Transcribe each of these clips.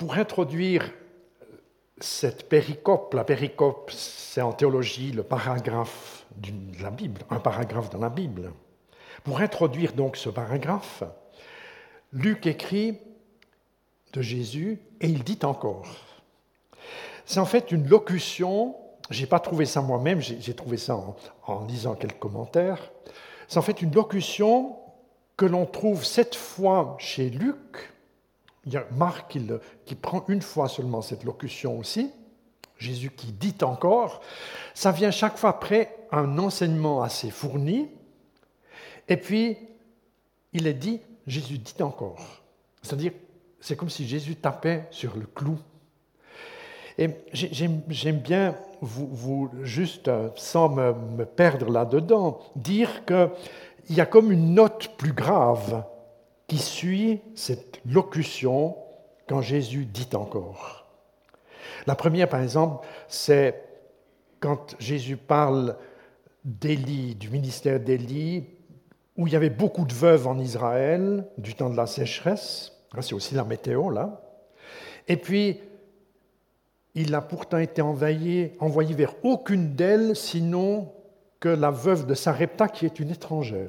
pour introduire cette péricope, la péricope, c'est en théologie le paragraphe de la Bible, un paragraphe dans la Bible. Pour introduire donc ce paragraphe, Luc écrit de Jésus et il dit encore. C'est en fait une locution, je n'ai pas trouvé ça moi-même, j'ai trouvé ça en lisant quelques commentaires. C'est en fait une locution que l'on trouve 7 fois chez Luc. Il y a Marc qui prend une fois seulement cette locution aussi. Jésus qui dit encore. Ça vient chaque fois après un enseignement assez fourni. Et puis, il est dit, Jésus dit encore. C'est-à-dire, c'est comme si Jésus tapait sur le clou. Et j'aime bien, vous juste, sans me perdre là-dedans, dire qu'il y a comme une note plus grave qui suit cette locution quand Jésus dit encore. La première, par exemple, c'est quand Jésus parle d'Élie, du ministère d'Élie, où il y avait beaucoup de veuves en Israël, du temps de la sécheresse. C'est aussi la météo, là. Et puis, il a pourtant été envoyé vers aucune d'elles, sinon que la veuve de Sarepta, qui est une étrangère.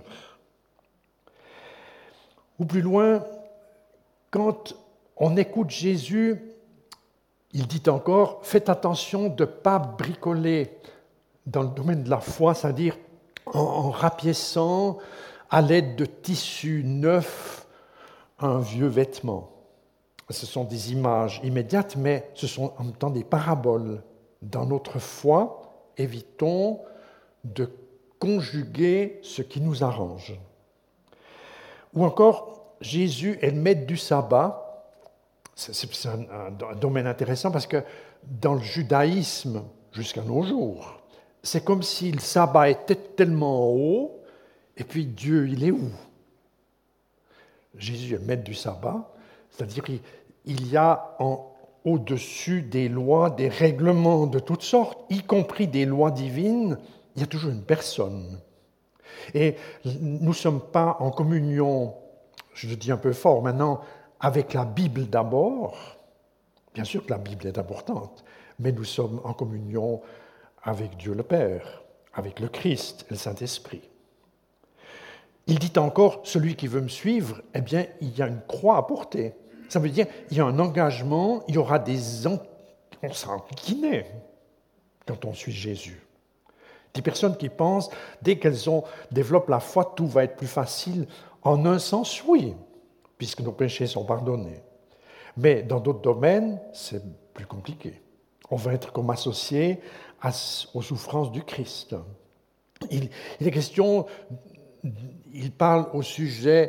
Ou plus loin, quand on écoute Jésus, il dit encore « Faites attention de ne pas bricoler dans le domaine de la foi, c'est-à-dire en rapiéçant à l'aide de tissus neufs un vieux vêtement. » Ce sont des images immédiates, mais ce sont en même temps des paraboles. Dans notre foi, évitons de conjuguer ce qui nous arrange. Ou encore, Jésus est le maître du sabbat. C'est un domaine intéressant parce que dans le judaïsme, jusqu'à nos jours, c'est comme si le sabbat était tellement haut, et puis Dieu, il est où? Jésus est le maître du sabbat, c'est-à-dire qu'il y a au-dessus des lois, des règlements de toutes sortes, y compris des lois divines, il y a toujours une personne. Et nous ne sommes pas en communion, je le dis un peu fort maintenant, avec la Bible d'abord. Bien sûr que la Bible est importante, mais nous sommes en communion avec Dieu le Père, avec le Christ et le Saint-Esprit. Il dit encore, celui qui veut me suivre, eh bien, il y a une croix à porter. Ça veut dire qu'il y a un engagement, il y aura on sera enquiquiné quand on suit Jésus. Des personnes qui pensent, dès qu'elles développent la foi, tout va être plus facile. En un sens, oui, puisque nos péchés sont pardonnés. Mais dans d'autres domaines, c'est plus compliqué. On va être comme associé aux souffrances du Christ. Il est question, il parle au sujet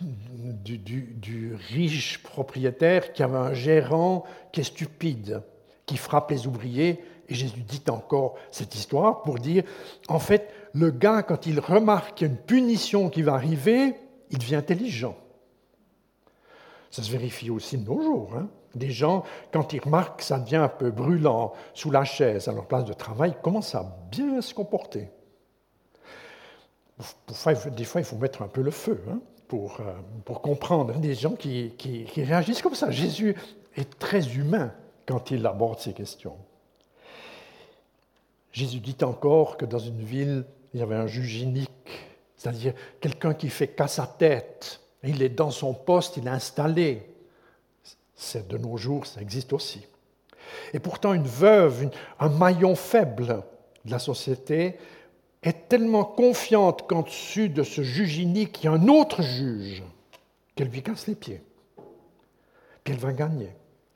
du riche propriétaire qui avait un gérant qui est stupide, qui frappe les ouvriers. Et Jésus dit encore cette histoire pour dire, en fait, le gars, quand il remarque qu'il y a une punition qui va arriver, il devient intelligent. Ça se vérifie aussi de nos jours. Des gens, quand ils remarquent que ça devient un peu brûlant sous la chaise à leur place de travail, commencent à bien se comporter. Des fois, il faut mettre un peu le feu pour comprendre. Des gens qui réagissent comme ça. Jésus est très humain quand il aborde ces questions. Jésus dit encore que dans une ville, il y avait un juge inique, c'est-à-dire quelqu'un qui fait qu'à sa tête. Il est dans son poste, il est installé. C'est de nos jours, ça existe aussi. Et pourtant, une veuve, un maillon faible de la société, est tellement confiante qu'en dessus de ce juge inique, il y a un autre juge, qu'elle lui casse les pieds. Puis elle va gagner.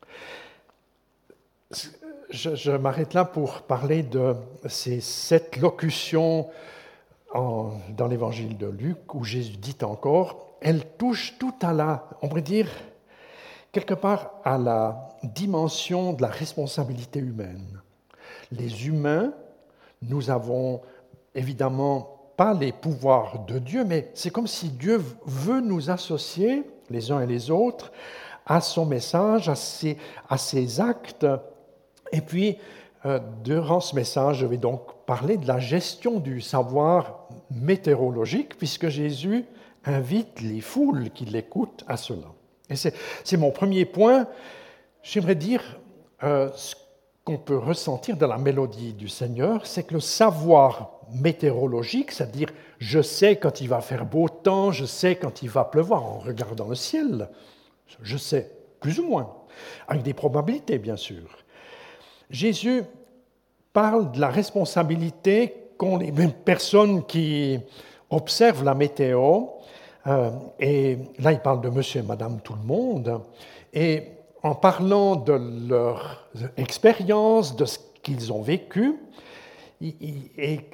Je m'arrête là pour parler de ces 7 locutions dans l'évangile de Luc, où Jésus dit encore, elles touchent tout on pourrait dire, quelque part à la dimension de la responsabilité humaine. Les humains, nous avons évidemment pas les pouvoirs de Dieu, mais c'est comme si Dieu veut nous associer, les uns et les autres, à son message, à ses actes. Et puis, durant ce message, je vais donc parler de la gestion du savoir météorologique, puisque Jésus invite les foules qui l'écoutent à cela. Et c'est mon premier point. J'aimerais dire, ce qu'on peut ressentir dans la mélodie du Seigneur, c'est que le savoir météorologique, c'est-à-dire je sais quand il va faire beau temps, je sais quand il va pleuvoir en regardant le ciel, je sais plus ou moins, avec des probabilités bien sûr. Jésus parle de la responsabilité qu'ont les mêmes personnes qui observent la météo, et là il parle de monsieur et madame tout le monde, et en parlant de leur expérience, de ce qu'ils ont vécu, il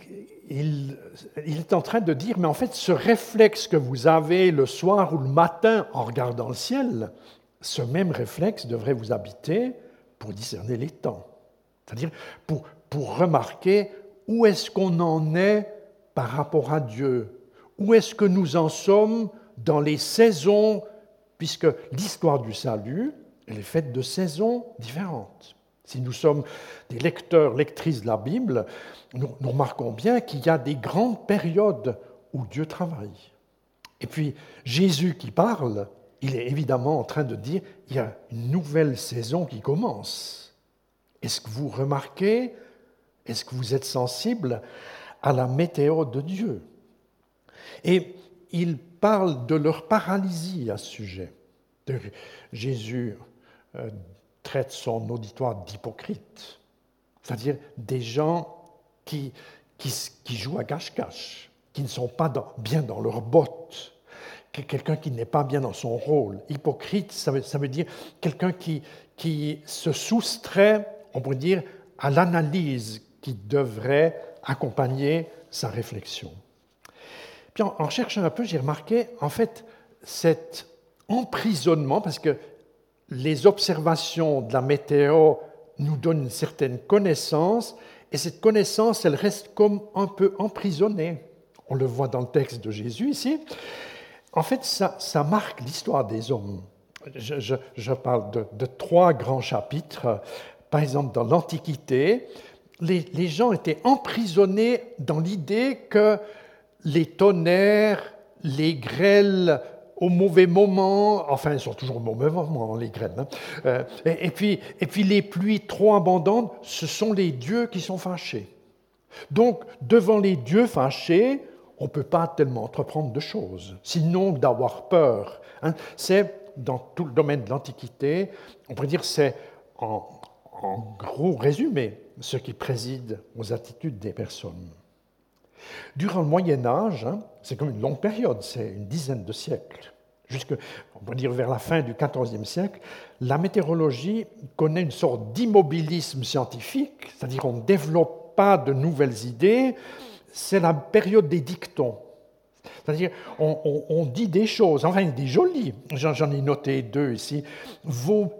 est en train de dire, mais en fait, ce réflexe que vous avez le soir ou le matin en regardant le ciel, ce même réflexe devrait vous habiter pour discerner les temps. C'est-à-dire pour remarquer où est-ce qu'on en est par rapport à Dieu, où est-ce que nous en sommes dans les saisons, puisque l'histoire du salut, elle est faite de saisons différentes. Si nous sommes des lecteurs, lectrices de la Bible, nous remarquons bien qu'il y a des grandes périodes où Dieu travaille. Et puis, Jésus qui parle, il est évidemment en train de dire il y a une nouvelle saison qui commence. Est-ce que vous remarquez, est-ce que vous êtes sensible à la météo de Dieu? Et il parle de leur paralysie à ce sujet. Jésus traite son auditoire d'hypocrites, c'est-à-dire des gens qui jouent à cache-cache, qui ne sont pas bien dans leurs bottes, quelqu'un qui n'est pas bien dans son rôle. Hypocrite, ça veut dire quelqu'un qui se soustrait, on pourrait dire, à l'analyse qui devrait accompagner sa réflexion. Puis en cherchant un peu, j'ai remarqué, en fait, cet emprisonnement, parce que les observations de la météo nous donnent une certaine connaissance, et cette connaissance, elle reste comme un peu emprisonnée. On le voit dans le texte de Jésus ici. En fait, ça marque l'histoire des hommes. Je parle de 3 grands chapitres. Par exemple, dans l'Antiquité, les gens étaient emprisonnés dans l'idée que les tonnerres, les grêles, au mauvais moment, enfin, ils sont toujours au mauvais moment, les grêles, hein. Et puis les pluies trop abondantes, ce sont les dieux qui sont fâchés. Donc, devant les dieux fâchés, on ne peut pas tellement entreprendre de choses, sinon d'avoir peur. Hein. C'est, dans tout le domaine de l'Antiquité, on pourrait dire c'est, en gros résumé, ce qui préside aux attitudes des personnes. Durant le Moyen-Âge, c'est comme une longue période, c'est une dizaine de siècles, on peut dire vers la fin du XIVe siècle, la météorologie connaît une sorte d'immobilisme scientifique, c'est-à-dire qu'on ne développe pas de nouvelles idées, c'est la période des dictons. C'est-à-dire on dit des choses, enfin des jolies, j'en ai noté 2 ici, vaut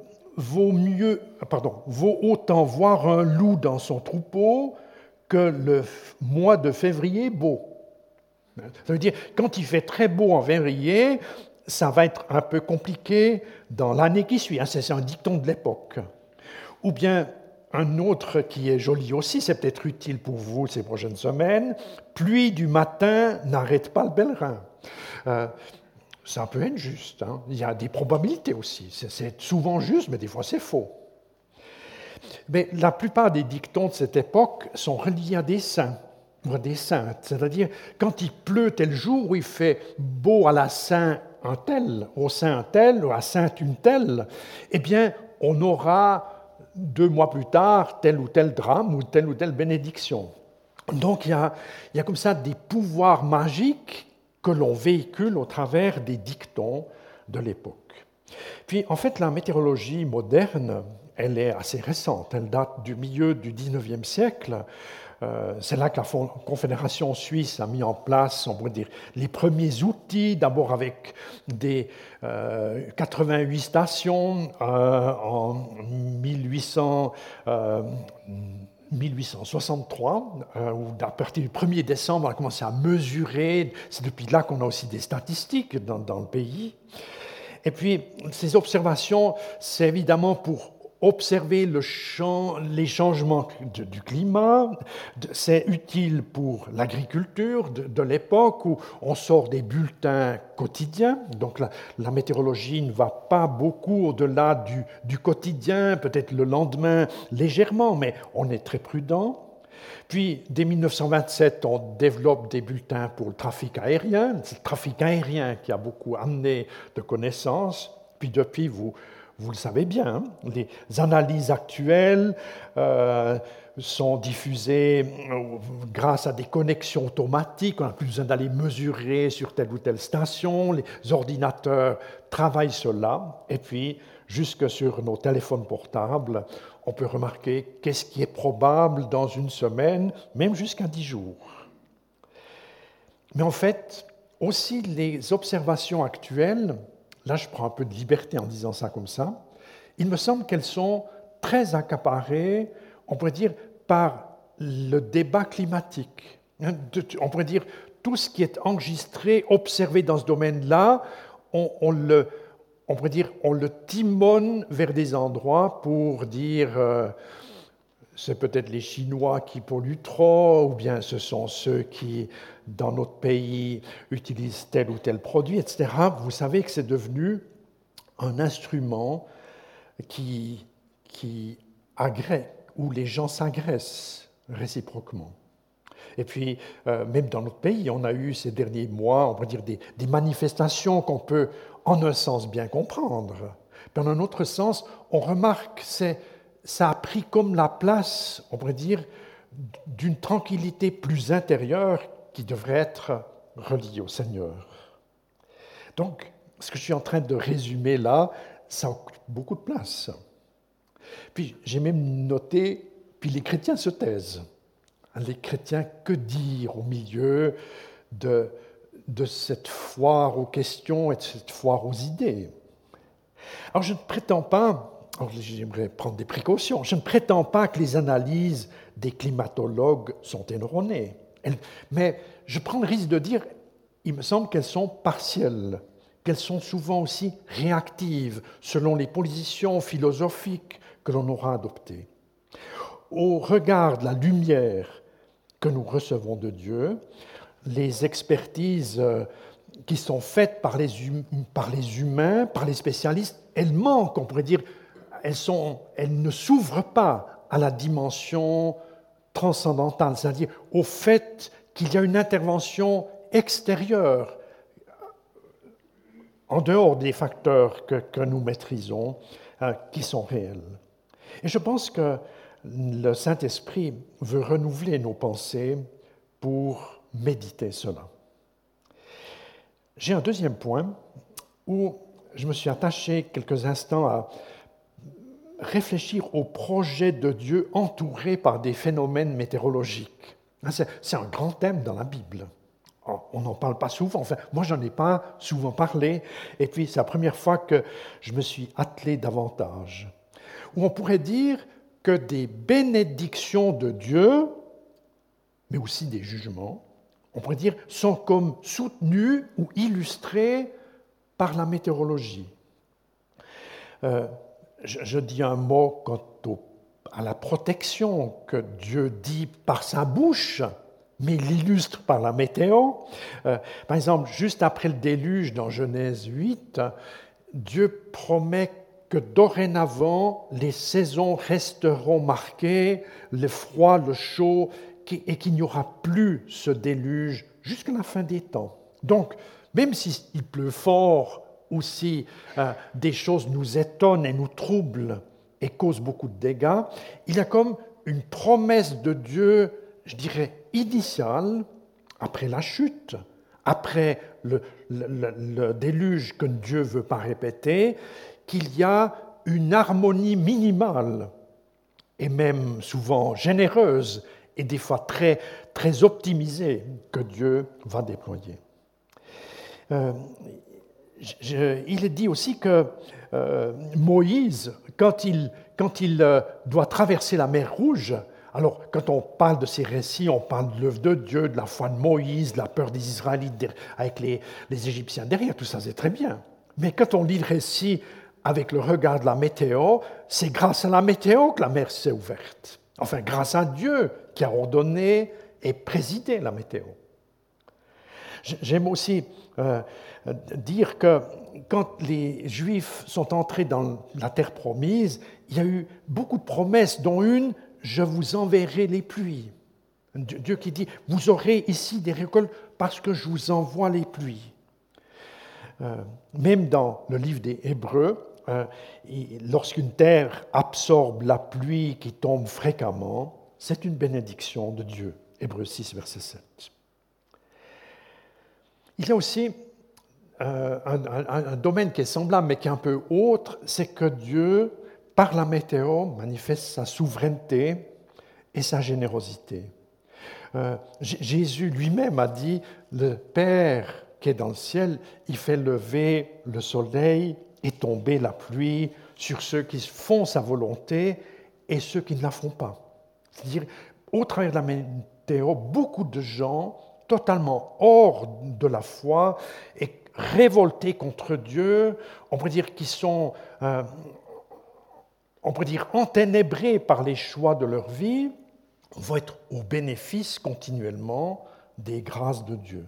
autant voir un loup dans son troupeau que le mois de février beau. Ça veut dire, quand il fait très beau en février, ça va être un peu compliqué dans l'année qui suit. C'est un dicton de l'époque. Ou bien, un autre qui est joli aussi, c'est peut-être utile pour vous ces prochaines semaines, pluie du matin n'arrête pas le pèlerin. C'est un peu injuste. Hein. Il y a des probabilités aussi. C'est souvent juste, mais des fois c'est faux. Mais la plupart des dictons de cette époque sont reliés à des saints ou à des saintes. C'est-à-dire, quand il pleut tel jour, où il fait beau à la saint un tel, au saint un tel, ou à sainte une telle, eh bien, on aura 2 mois plus tard tel ou tel drame ou telle bénédiction. Donc, il y a comme ça des pouvoirs magiques que l'on véhicule au travers des dictons de l'époque. Puis, en fait, la météorologie moderne, elle est assez récente, elle date du milieu du XIXe siècle. C'est là que la Confédération suisse a mis en place, on pourrait dire, les premiers outils, d'abord avec des 88 stations en 1863, où à partir du 1er décembre, on a commencé à mesurer. C'est depuis là qu'on a aussi des statistiques dans le pays. Et puis, ces observations, c'est évidemment pour observer les changements du climat, c'est utile pour l'agriculture de l'époque où on sort des bulletins quotidiens, donc la météorologie ne va pas beaucoup au-delà du quotidien, peut-être le lendemain légèrement, mais on est très prudent. Puis, dès 1927, on développe des bulletins pour le trafic aérien. C'est le trafic aérien qui a beaucoup amené de connaissances. Puis depuis, vous le savez bien, hein, les analyses actuelles sont diffusées grâce à des connexions automatiques. On n'a plus besoin d'aller mesurer sur telle ou telle station. Les ordinateurs travaillent cela. Et puis, jusque sur nos téléphones portables, on peut remarquer qu'est-ce qui est probable dans une semaine, même jusqu'à 10 jours. Mais en fait, aussi les observations actuelles, là je prends un peu de liberté en disant ça comme ça, il me semble qu'elles sont très accaparées, on pourrait dire, par le débat climatique. On pourrait dire, tout ce qui est enregistré, observé dans ce domaine-là, on le timonne vers des endroits pour dire c'est peut-être les Chinois qui polluent trop, ou bien ce sont ceux qui, dans notre pays, utilisent tel ou tel produit, etc. Vous savez que c'est devenu un instrument qui agresse, où les gens s'agressent réciproquement. Et puis, même dans notre pays, on a eu ces derniers mois, on pourrait dire, des manifestations qu'on peut, en un sens, bien comprendre. Puis, en un autre sens, on remarque que ça a pris comme la place, on pourrait dire, d'une tranquillité plus intérieure qui devrait être reliée au Seigneur. Donc, ce que je suis en train de résumer là, ça occupe beaucoup de place. Puis, j'ai même noté, puis les chrétiens se taisent. Les chrétiens, que dire au milieu de cette foire aux questions et de cette foire aux idées? Alors je ne prétends pas, j'aimerais prendre des précautions, je ne prétends pas que les analyses des climatologues sont erronées, mais je prends le risque de dire, il me semble qu'elles sont partielles, qu'elles sont souvent aussi réactives selon les positions philosophiques que l'on aura adoptées. Au regard de la lumière que nous recevons de Dieu, les expertises qui sont faites par les humains, par les spécialistes, elles manquent, on pourrait dire, elles ne s'ouvrent pas à la dimension transcendantale, c'est-à-dire au fait qu'il y a une intervention extérieure, en dehors des facteurs que nous maîtrisons, qui sont réels. Et je pense que le Saint-Esprit veut renouveler nos pensées pour méditer cela. J'ai un deuxième point où je me suis attaché quelques instants à réfléchir au projet de Dieu entouré par des phénomènes météorologiques. C'est un grand thème dans la Bible. On n'en parle pas souvent, enfin, moi je n'en ai pas souvent parlé, et puis c'est la première fois que je me suis attelé davantage. Où on pourrait dire que des bénédictions de Dieu, mais aussi des jugements, on pourrait dire, sont comme soutenues ou illustrées par la météorologie. Je dis un mot quant à la protection que Dieu dit par sa bouche, mais il l'illustre par la météo. Par exemple, juste après le déluge dans Genèse 8, Dieu promet que dorénavant, les saisons resteront marquées, le froid, le chaud, et qu'il n'y aura plus ce déluge jusqu'à la fin des temps. Donc, même s'il pleut fort ou si des choses nous étonnent et nous troublent et causent beaucoup de dégâts, il y a comme une promesse de Dieu, je dirais, initiale, après la chute, après le déluge que Dieu ne veut pas répéter, qu'il y a une harmonie minimale, et même souvent généreuse, et des fois très, très optimisée, que Dieu va déployer. Il est dit aussi que Moïse, quand il doit traverser la mer Rouge, alors quand on parle de ces récits, on parle de l'œuvre de Dieu, de la foi de Moïse, de la peur des Israélites avec les Égyptiens derrière, tout ça c'est très bien. Mais quand on lit le récit avec le regard de la météo, c'est grâce à la météo que la mer s'est ouverte. Enfin, grâce à Dieu qui a ordonné et présidé la météo. J'aime aussi dire que quand les Juifs sont entrés dans la terre promise, il y a eu beaucoup de promesses, dont une, je vous enverrai les pluies. Dieu qui dit, vous aurez ici des récoltes parce que je vous envoie les pluies. Même dans le livre des Hébreux, lorsqu'une terre absorbe la pluie qui tombe fréquemment, c'est une bénédiction de Dieu. Hébreux 6, verset 7. Il y a aussi un domaine qui est semblable, mais qui est un peu autre, c'est que Dieu, par la météo, manifeste sa souveraineté et sa générosité. Jésus lui-même a dit, le Père qui est dans le ciel, il fait lever le soleil et tomber la pluie sur ceux qui font sa volonté et ceux qui ne la font pas. C'est-à-dire, au travers de la météo, beaucoup de gens totalement hors de la foi et révoltés contre Dieu, on pourrait dire qu'ils sont, on pourrait dire enténébrés par les choix de leur vie, vont être au bénéfice continuellement des grâces de Dieu.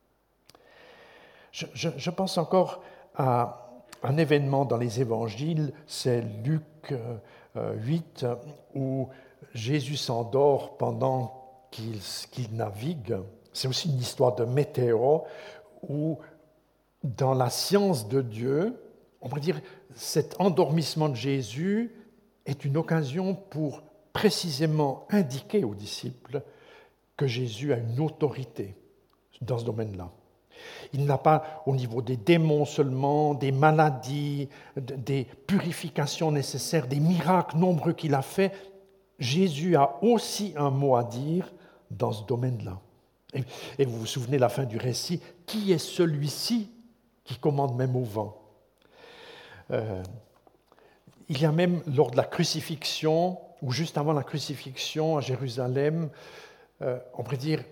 Je pense encore à un événement dans les évangiles, c'est Luc 8, où Jésus s'endort pendant qu'il navigue. C'est aussi une histoire de météo, où dans la science de Dieu, on pourrait dire cet endormissement de Jésus est une occasion pour précisément indiquer aux disciples que Jésus a une autorité dans ce domaine-là. Il n'a pas, au niveau des démons seulement, des maladies, des purifications nécessaires, des miracles nombreux qu'il a faits. Jésus a aussi un mot à dire dans ce domaine-là. Et vous vous souvenez la fin du récit, qui est celui-ci qui commande même au vent? Il y a même lors de la crucifixion, ou juste avant la crucifixion à Jérusalem, on pourrait dire,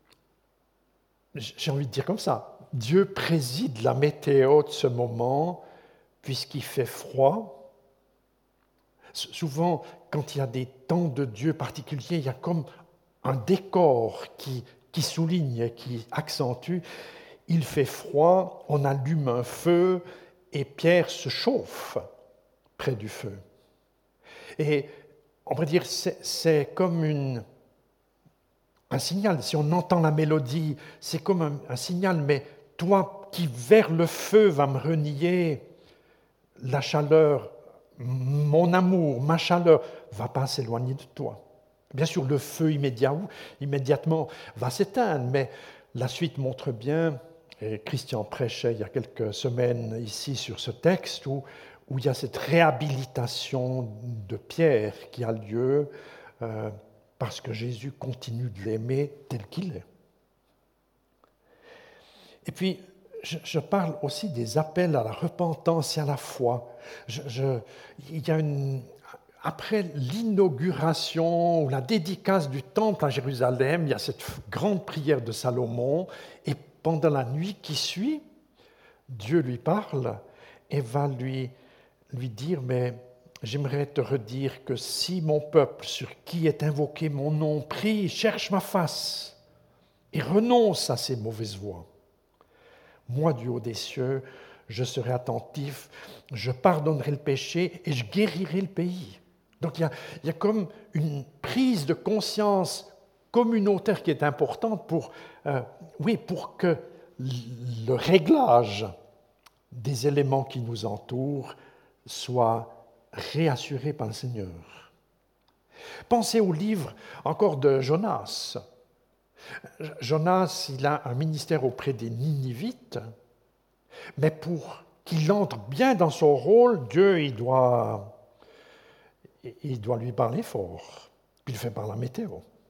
j'ai envie de dire comme ça, Dieu préside la météo de ce moment puisqu'il fait froid. Souvent, quand il y a des temps de Dieu particuliers, il y a comme un décor qui souligne, qui accentue. Il fait froid, on allume un feu et Pierre se chauffe près du feu. Et on pourrait dire c'est comme un signal. Si on entend la mélodie, c'est comme un signal, mais toi qui vers le feu va me renier, la chaleur, mon amour, ma chaleur, va pas s'éloigner de toi. Bien sûr, le feu immédiatement va s'éteindre, mais la suite montre bien, et Christian prêchait il y a quelques semaines ici sur ce texte, où il y a cette réhabilitation de Pierre qui a lieu parce que Jésus continue de l'aimer tel qu'il est. Et puis, je parle aussi des appels à la repentance et à la foi. Il y a après l'inauguration ou la dédicace du temple à Jérusalem, il y a cette grande prière de Salomon, et pendant la nuit qui suit, Dieu lui parle et va lui dire, mais j'aimerais te redire que si mon peuple, sur qui est invoqué mon nom, prie, cherche ma face et renonce à ses mauvaises voies, moi, du haut des cieux, je serai attentif, je pardonnerai le péché et je guérirai le pays. Donc il y a comme une prise de conscience communautaire qui est importante pour que le réglage des éléments qui nous entourent soit réassuré par le Seigneur. Pensez au livre encore de Jonas. Jonas, il a un ministère auprès des Ninivites, mais pour qu'il entre bien dans son rôle, Dieu, il doit lui parler fort. Puis il le fait par la météo.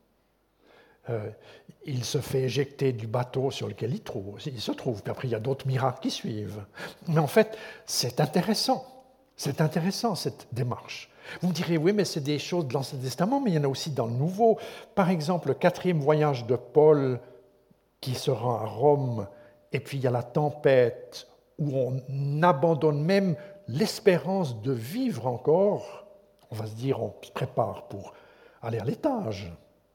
Il se fait éjecter du bateau sur lequel il se trouve, puis après il y a d'autres miracles qui suivent. Mais en fait, c'est intéressant cette démarche. Vous me direz, oui, mais c'est des choses de l'Ancien Testament, mais il y en a aussi dans le Nouveau. Par exemple, le 4e voyage de Paul qui se rend à Rome, et puis il y a la tempête où on abandonne même l'espérance de vivre encore, on va se dire, on se prépare pour aller à l'étage.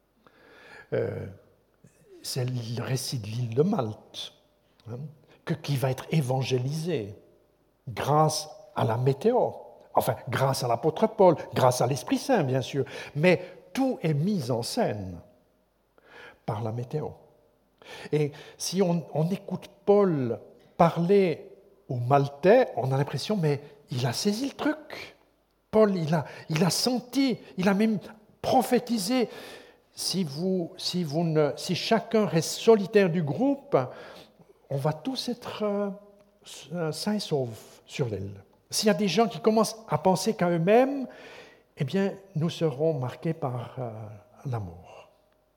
C'est le récit de l'île de Malte, hein, qui va être évangélisé grâce à la météo, enfin grâce à l'apôtre Paul, grâce à l'Esprit Saint, bien sûr, mais tout est mis en scène par la météo. Et si on écoute Paul parler aux Maltais, on a l'impression, mais il a saisi le truc. Paul, il a senti, il a même prophétisé. Si chacun reste solitaire du groupe, on va tous être sains et saufs sur l'île. S'il y a des gens qui commencent à penser qu'à eux-mêmes, eh bien, nous serons marqués par l'amour.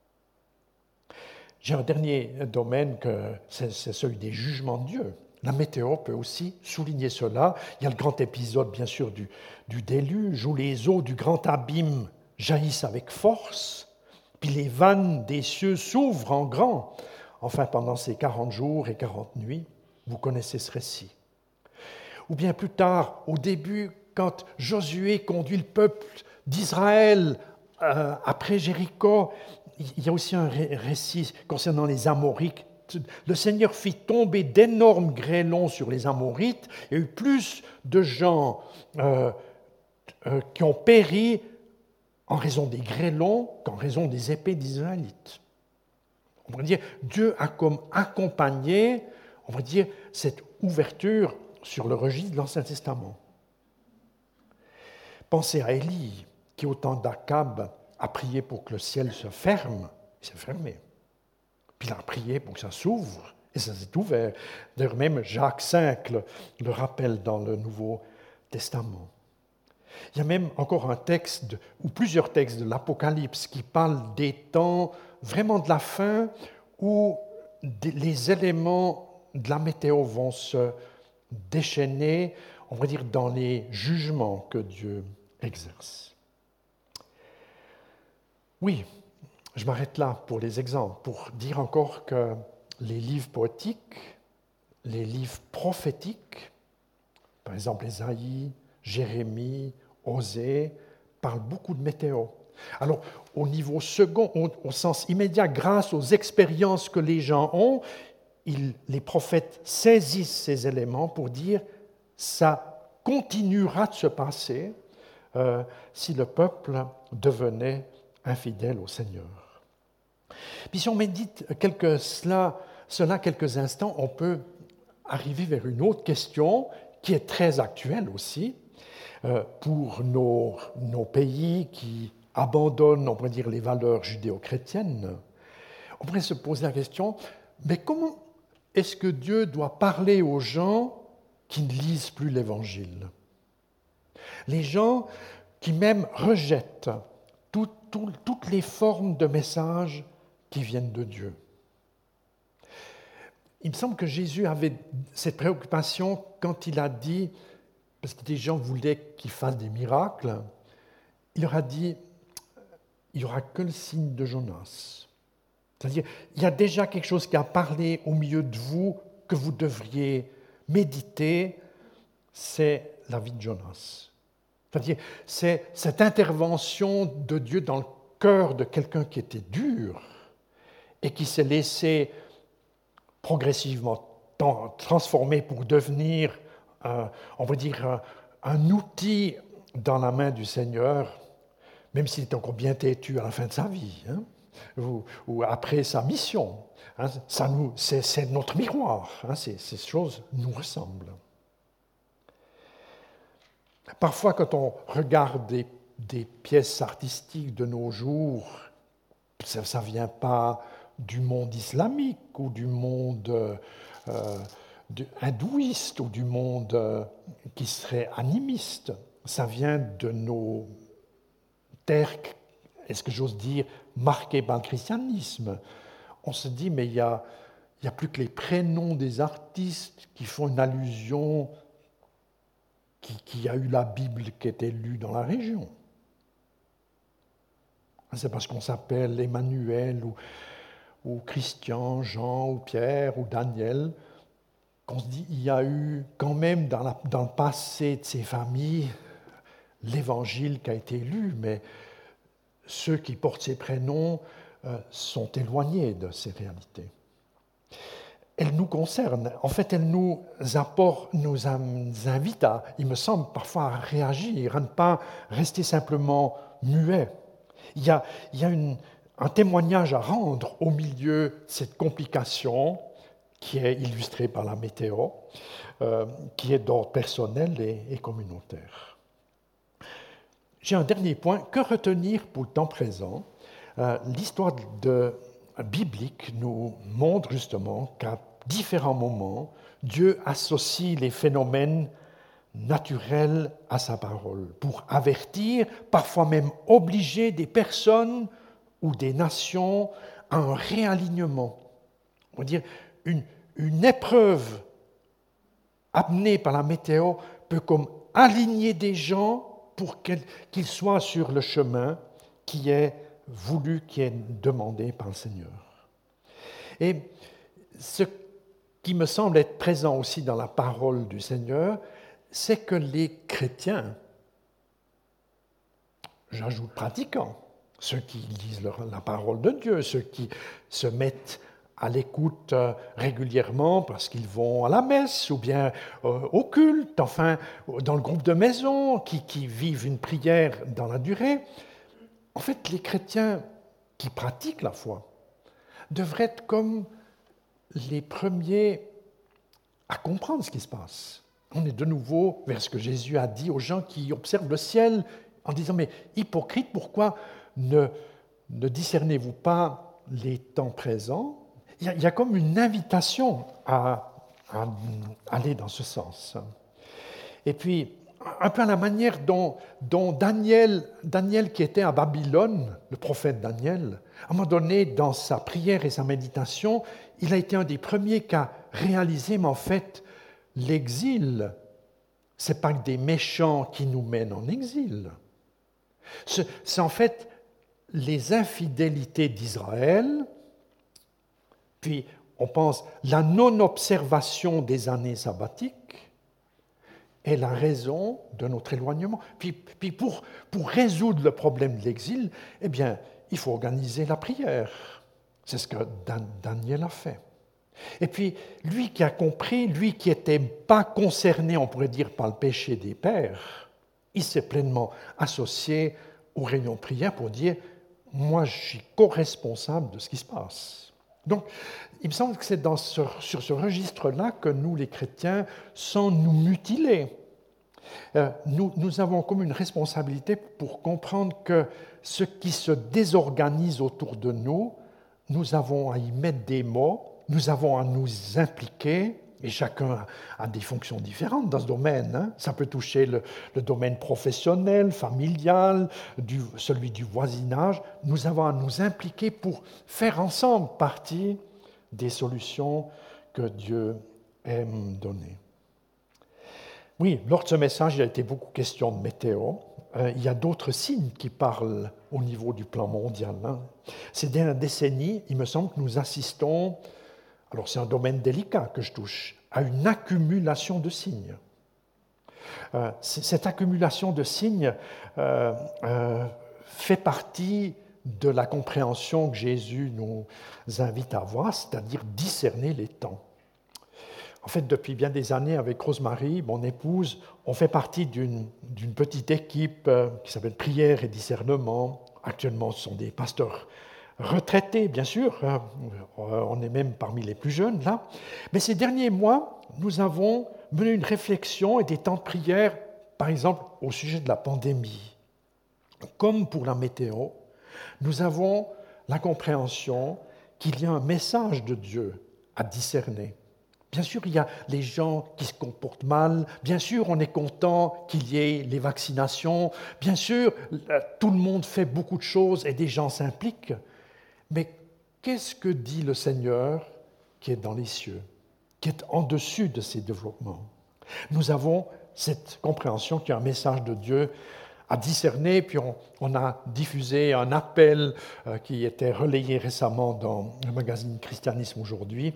J'ai un dernier domaine, c'est celui des jugements de Dieu. La météo peut aussi souligner cela. Il y a le grand épisode, bien sûr, du déluge, où les eaux du grand abîme jaillissent avec force, puis les vannes des cieux s'ouvrent en grand. Enfin, pendant ces 40 jours et 40 nuits, vous connaissez ce récit. Ou bien plus tard, au début, quand Josué conduit le peuple d'Israël après Jéricho, il y a aussi un récit concernant les Amorites. Le Seigneur fit tomber d'énormes grêlons sur les Amorites. Il y a eu plus de gens qui ont péri en raison des grêlons qu'en raison des épées d'Israélites. On pourrait dire Dieu a comme accompagné, on pourrait dire, cette ouverture sur le registre de l'Ancien Testament. Pensez à Élie, qui au temps d'Akab a prié pour que le ciel se ferme, il s'est fermé. Puis il a prié pour que ça s'ouvre, et ça s'est ouvert. D'ailleurs, même Jacques V le rappelle dans le Nouveau Testament. Il y a même encore un texte, ou plusieurs textes de l'Apocalypse qui parlent des temps vraiment de la fin où les éléments de la météo vont se déchaîner, on va dire, dans les jugements que Dieu exerce. Oui, je m'arrête là pour les exemples, pour dire encore que les livres poétiques, les livres prophétiques, par exemple Ésaïe, Jérémie, Osée, parlent beaucoup de météo. Alors, au niveau second, au sens immédiat, grâce aux expériences que les gens ont, les prophètes saisissent ces éléments pour dire ça continuera de se passer si le peuple devenait infidèle au Seigneur. Puis si on médite cela quelques instants, on peut arriver vers une autre question qui est très actuelle aussi pour nos pays qui abandonnent, on pourrait dire, les valeurs judéo-chrétiennes. On pourrait se poser la question, mais comment est-ce que Dieu doit parler aux gens qui ne lisent plus l'Évangile? Les gens qui même rejettent toutes les formes de messages qui viennent de Dieu. Il me semble que Jésus avait cette préoccupation quand il a dit, parce que des gens voulaient qu'il fasse des miracles, il leur a dit, il n'y aura que le signe de Jonas. C'est-à-dire, il y a déjà quelque chose qui a parlé au milieu de vous que vous devriez méditer, c'est la vie de Jonas. C'est-à-dire, c'est cette intervention de Dieu dans le cœur de quelqu'un qui était dur et qui s'est laissé progressivement transformer pour devenir, on va dire, un outil dans la main du Seigneur, même s'il est encore bien têtu à la fin de sa vie, hein, ou après sa mission. Hein, c'est notre miroir, hein, ces choses nous ressemblent. Parfois, quand on regarde des pièces artistiques de nos jours, ça ne vient pas du monde islamique ou du monde hindouiste ou du monde qui serait animiste. Ça vient de nos terres, est-ce que j'ose dire, marquées par le christianisme. On se dit, mais il n'y a plus que les prénoms des artistes qui font une allusion qui a eu la Bible qui était lue dans la région. C'est parce qu'on s'appelle Emmanuel ou Christian, Jean ou Pierre ou Daniel qu'on se dit il y a eu quand même dans le passé de ces familles l'Évangile qui a été lu, mais ceux qui portent ces prénoms sont éloignés de ces réalités. Elle nous concerne. En fait, elle nous invite à, il me semble, parfois à réagir, à ne pas rester simplement muet. Il y a un témoignage à rendre au milieu de cette complication qui est illustrée par la météo, qui est d'ordre personnel et communautaire. J'ai un dernier point. Que retenir pour le temps présent ? L'histoire biblique nous montre justement qu'à différents moments, Dieu associe les phénomènes naturels à sa parole pour avertir, parfois même obliger des personnes ou des nations à un réalignement. On va dire une épreuve amenée par la météo peut comme aligner des gens pour qu'ils soient sur le chemin qui est voulu, qui est demandé par le Seigneur. Et ce qui me semble être présent aussi dans la parole du Seigneur, c'est que les chrétiens, j'ajoute pratiquants, ceux qui lisent la parole de Dieu, ceux qui se mettent à l'écoute régulièrement parce qu'ils vont à la messe ou bien au culte, enfin dans le groupe de maison, qui vivent une prière dans la durée. En fait, les chrétiens qui pratiquent la foi devraient être comme les premiers à comprendre ce qui se passe. On est de nouveau vers ce que Jésus a dit aux gens qui observent le ciel en disant « Mais hypocrite, pourquoi ne discernez-vous pas les temps présents ?» Il y a comme une invitation à aller dans ce sens. Et puis, un peu à la manière dont Daniel, qui était à Babylone, le prophète Daniel, à un moment donné, dans sa prière et sa méditation, il a été un des premiers qui a réalisé, mais en fait, l'exil, ce n'est pas que des méchants qui nous mènent en exil. C'est en fait les infidélités d'Israël, puis on pense la non-observation des années sabbatiques, est la raison de notre éloignement. Puis pour résoudre le problème de l'exil, eh bien, il faut organiser la prière. C'est ce que Daniel a fait. Et puis, lui qui a compris, lui qui n'était pas concerné, on pourrait dire, par le péché des pères, il s'est pleinement associé aux réunions de prière pour dire « moi, je suis co-responsable de ce qui se passe ». Donc, il me semble que c'est sur ce registre-là que nous, les chrétiens, sans nous mutiler, nous avons comme une responsabilité pour comprendre que ce qui se désorganise autour de nous, nous avons à y mettre des mots, nous avons à nous impliquer, et chacun a des fonctions différentes dans ce domaine. Ça peut toucher le domaine professionnel, familial, celui du voisinage. Nous avons à nous impliquer pour faire ensemble partie des solutions que Dieu aime donner. Oui, lors de ce message, il a été beaucoup question de météo. Il y a d'autres signes qui parlent au niveau du plan mondial. Ces dernières décennies, il me semble que nous assistons, alors c'est un domaine délicat que je touche, à une accumulation de signes. Cette accumulation de signes fait partie de la compréhension que Jésus nous invite à avoir, c'est-à-dire discerner les temps. En fait, depuis bien des années, avec Rosemary, mon épouse, on fait partie d'une petite équipe qui s'appelle Prière et Discernement. Actuellement, ce sont des pasteurs retraités, bien sûr. On est même parmi les plus jeunes, là. Mais ces derniers mois, nous avons mené une réflexion et des temps de prière, par exemple, au sujet de la pandémie. Comme pour la météo, nous avons la compréhension qu'il y a un message de Dieu à discerner. Bien sûr, il y a les gens qui se comportent mal. Bien sûr, on est content qu'il y ait les vaccinations. Bien sûr, tout le monde fait beaucoup de choses et des gens s'impliquent. Mais qu'est-ce que dit le Seigneur qui est dans les cieux, qui est en dessus de ces développements? Nous avons cette compréhension qu'il y a un message de Dieu à discerner, puis on a diffusé un appel qui était relayé récemment dans le magazine Christianisme aujourd'hui,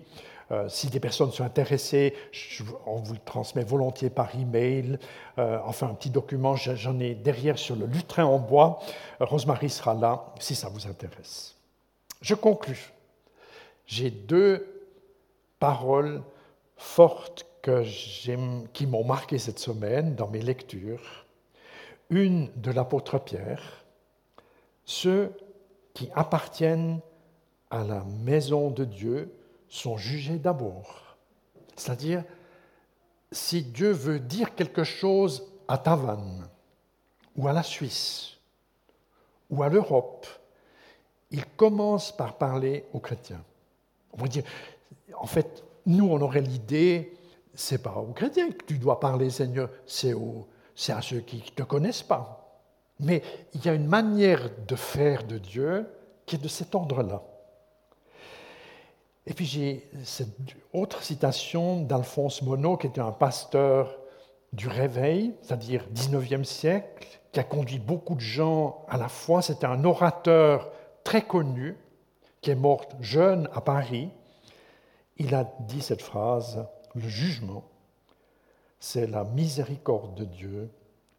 Si des personnes sont intéressées, on vous le transmet volontiers par email. Enfin, un petit document, j'en ai derrière sur le lutrin en bois. Rosemary sera là si ça vous intéresse. Je conclus. J'ai deux paroles fortes qui m'ont marqué cette semaine dans mes lectures. Une de l'apôtre Pierre, ceux qui appartiennent à la maison de Dieu sont jugés d'abord. C'est-à-dire, si Dieu veut dire quelque chose à Tavannes, ou à la Suisse, ou à l'Europe, il commence par parler aux chrétiens. On va dire, en fait, nous, on aurait l'idée, c'est pas aux chrétiens que tu dois parler, Seigneur, c'est à ceux qui ne te connaissent pas. Mais il y a une manière de faire de Dieu qui est de cet ordre-là. Et puis j'ai cette autre citation d'Alphonse Monod, qui était un pasteur du Réveil, c'est-à-dire 19e siècle, qui a conduit beaucoup de gens à la foi. C'était un orateur très connu, qui est mort jeune à Paris. Il a dit cette phrase, « Le jugement, c'est la miséricorde de Dieu épuisée. »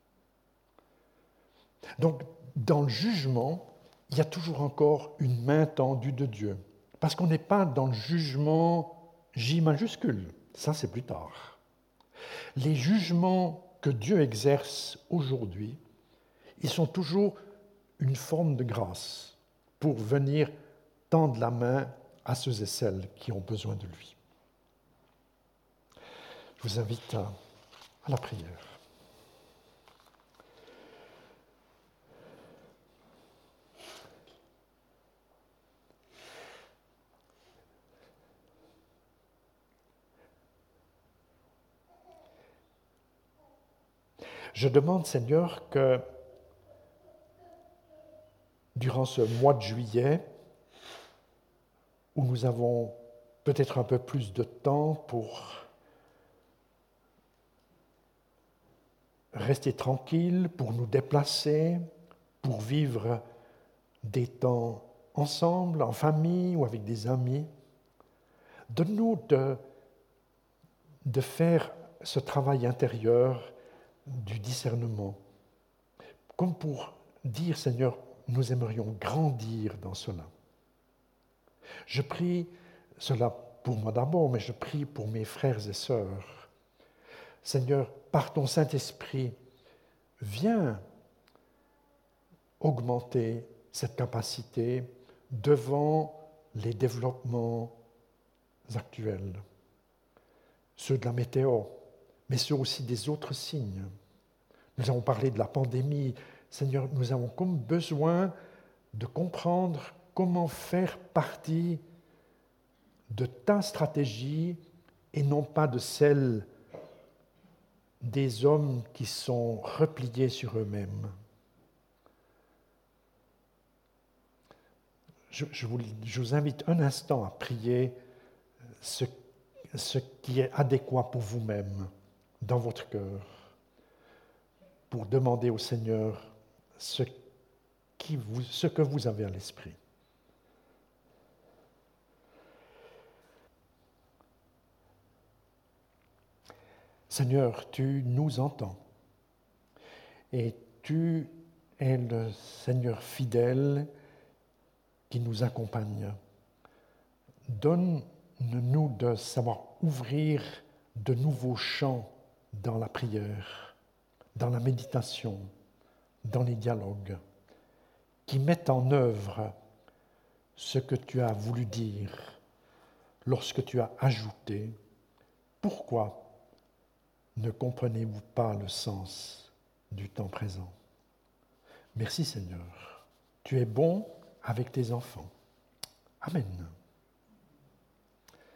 Donc, dans le jugement, il y a toujours encore une main tendue de Dieu. Parce qu'on n'est pas dans le jugement J majuscule. Ça, c'est plus tard. Les jugements que Dieu exerce aujourd'hui, ils sont toujours une forme de grâce pour venir tendre la main à ceux et celles qui ont besoin de lui. Je vous invite à la prière. Je demande, Seigneur, que durant ce mois de juillet, où nous avons peut-être un peu plus de temps pour rester tranquille, pour nous déplacer, pour vivre des temps ensemble, en famille ou avec des amis, donne-nous de faire ce travail intérieur du discernement, comme pour dire, Seigneur, nous aimerions grandir dans cela. Je prie cela pour moi d'abord, mais je prie pour mes frères et sœurs. Seigneur, par ton Saint-Esprit, viens augmenter cette capacité devant les développements actuels, ceux de la météo, mais ceux aussi des autres signes. Nous avons parlé de la pandémie. Seigneur, nous avons comme besoin de comprendre comment faire partie de ta stratégie et non pas de celle des hommes qui sont repliés sur eux-mêmes. Je vous invite un instant à prier ce qui est adéquat pour vous-même dans votre cœur, pour demander au Seigneur ce que vous avez à l'esprit. Seigneur, tu nous entends et tu es le Seigneur fidèle qui nous accompagne. Donne-nous de savoir ouvrir de nouveaux champs dans la prière, dans la méditation, dans les dialogues, qui mettent en œuvre ce que tu as voulu dire lorsque tu as ajouté « Pourquoi ne comprenez-vous pas le sens du temps présent ?» Merci Seigneur, tu es bon avec tes enfants. Amen.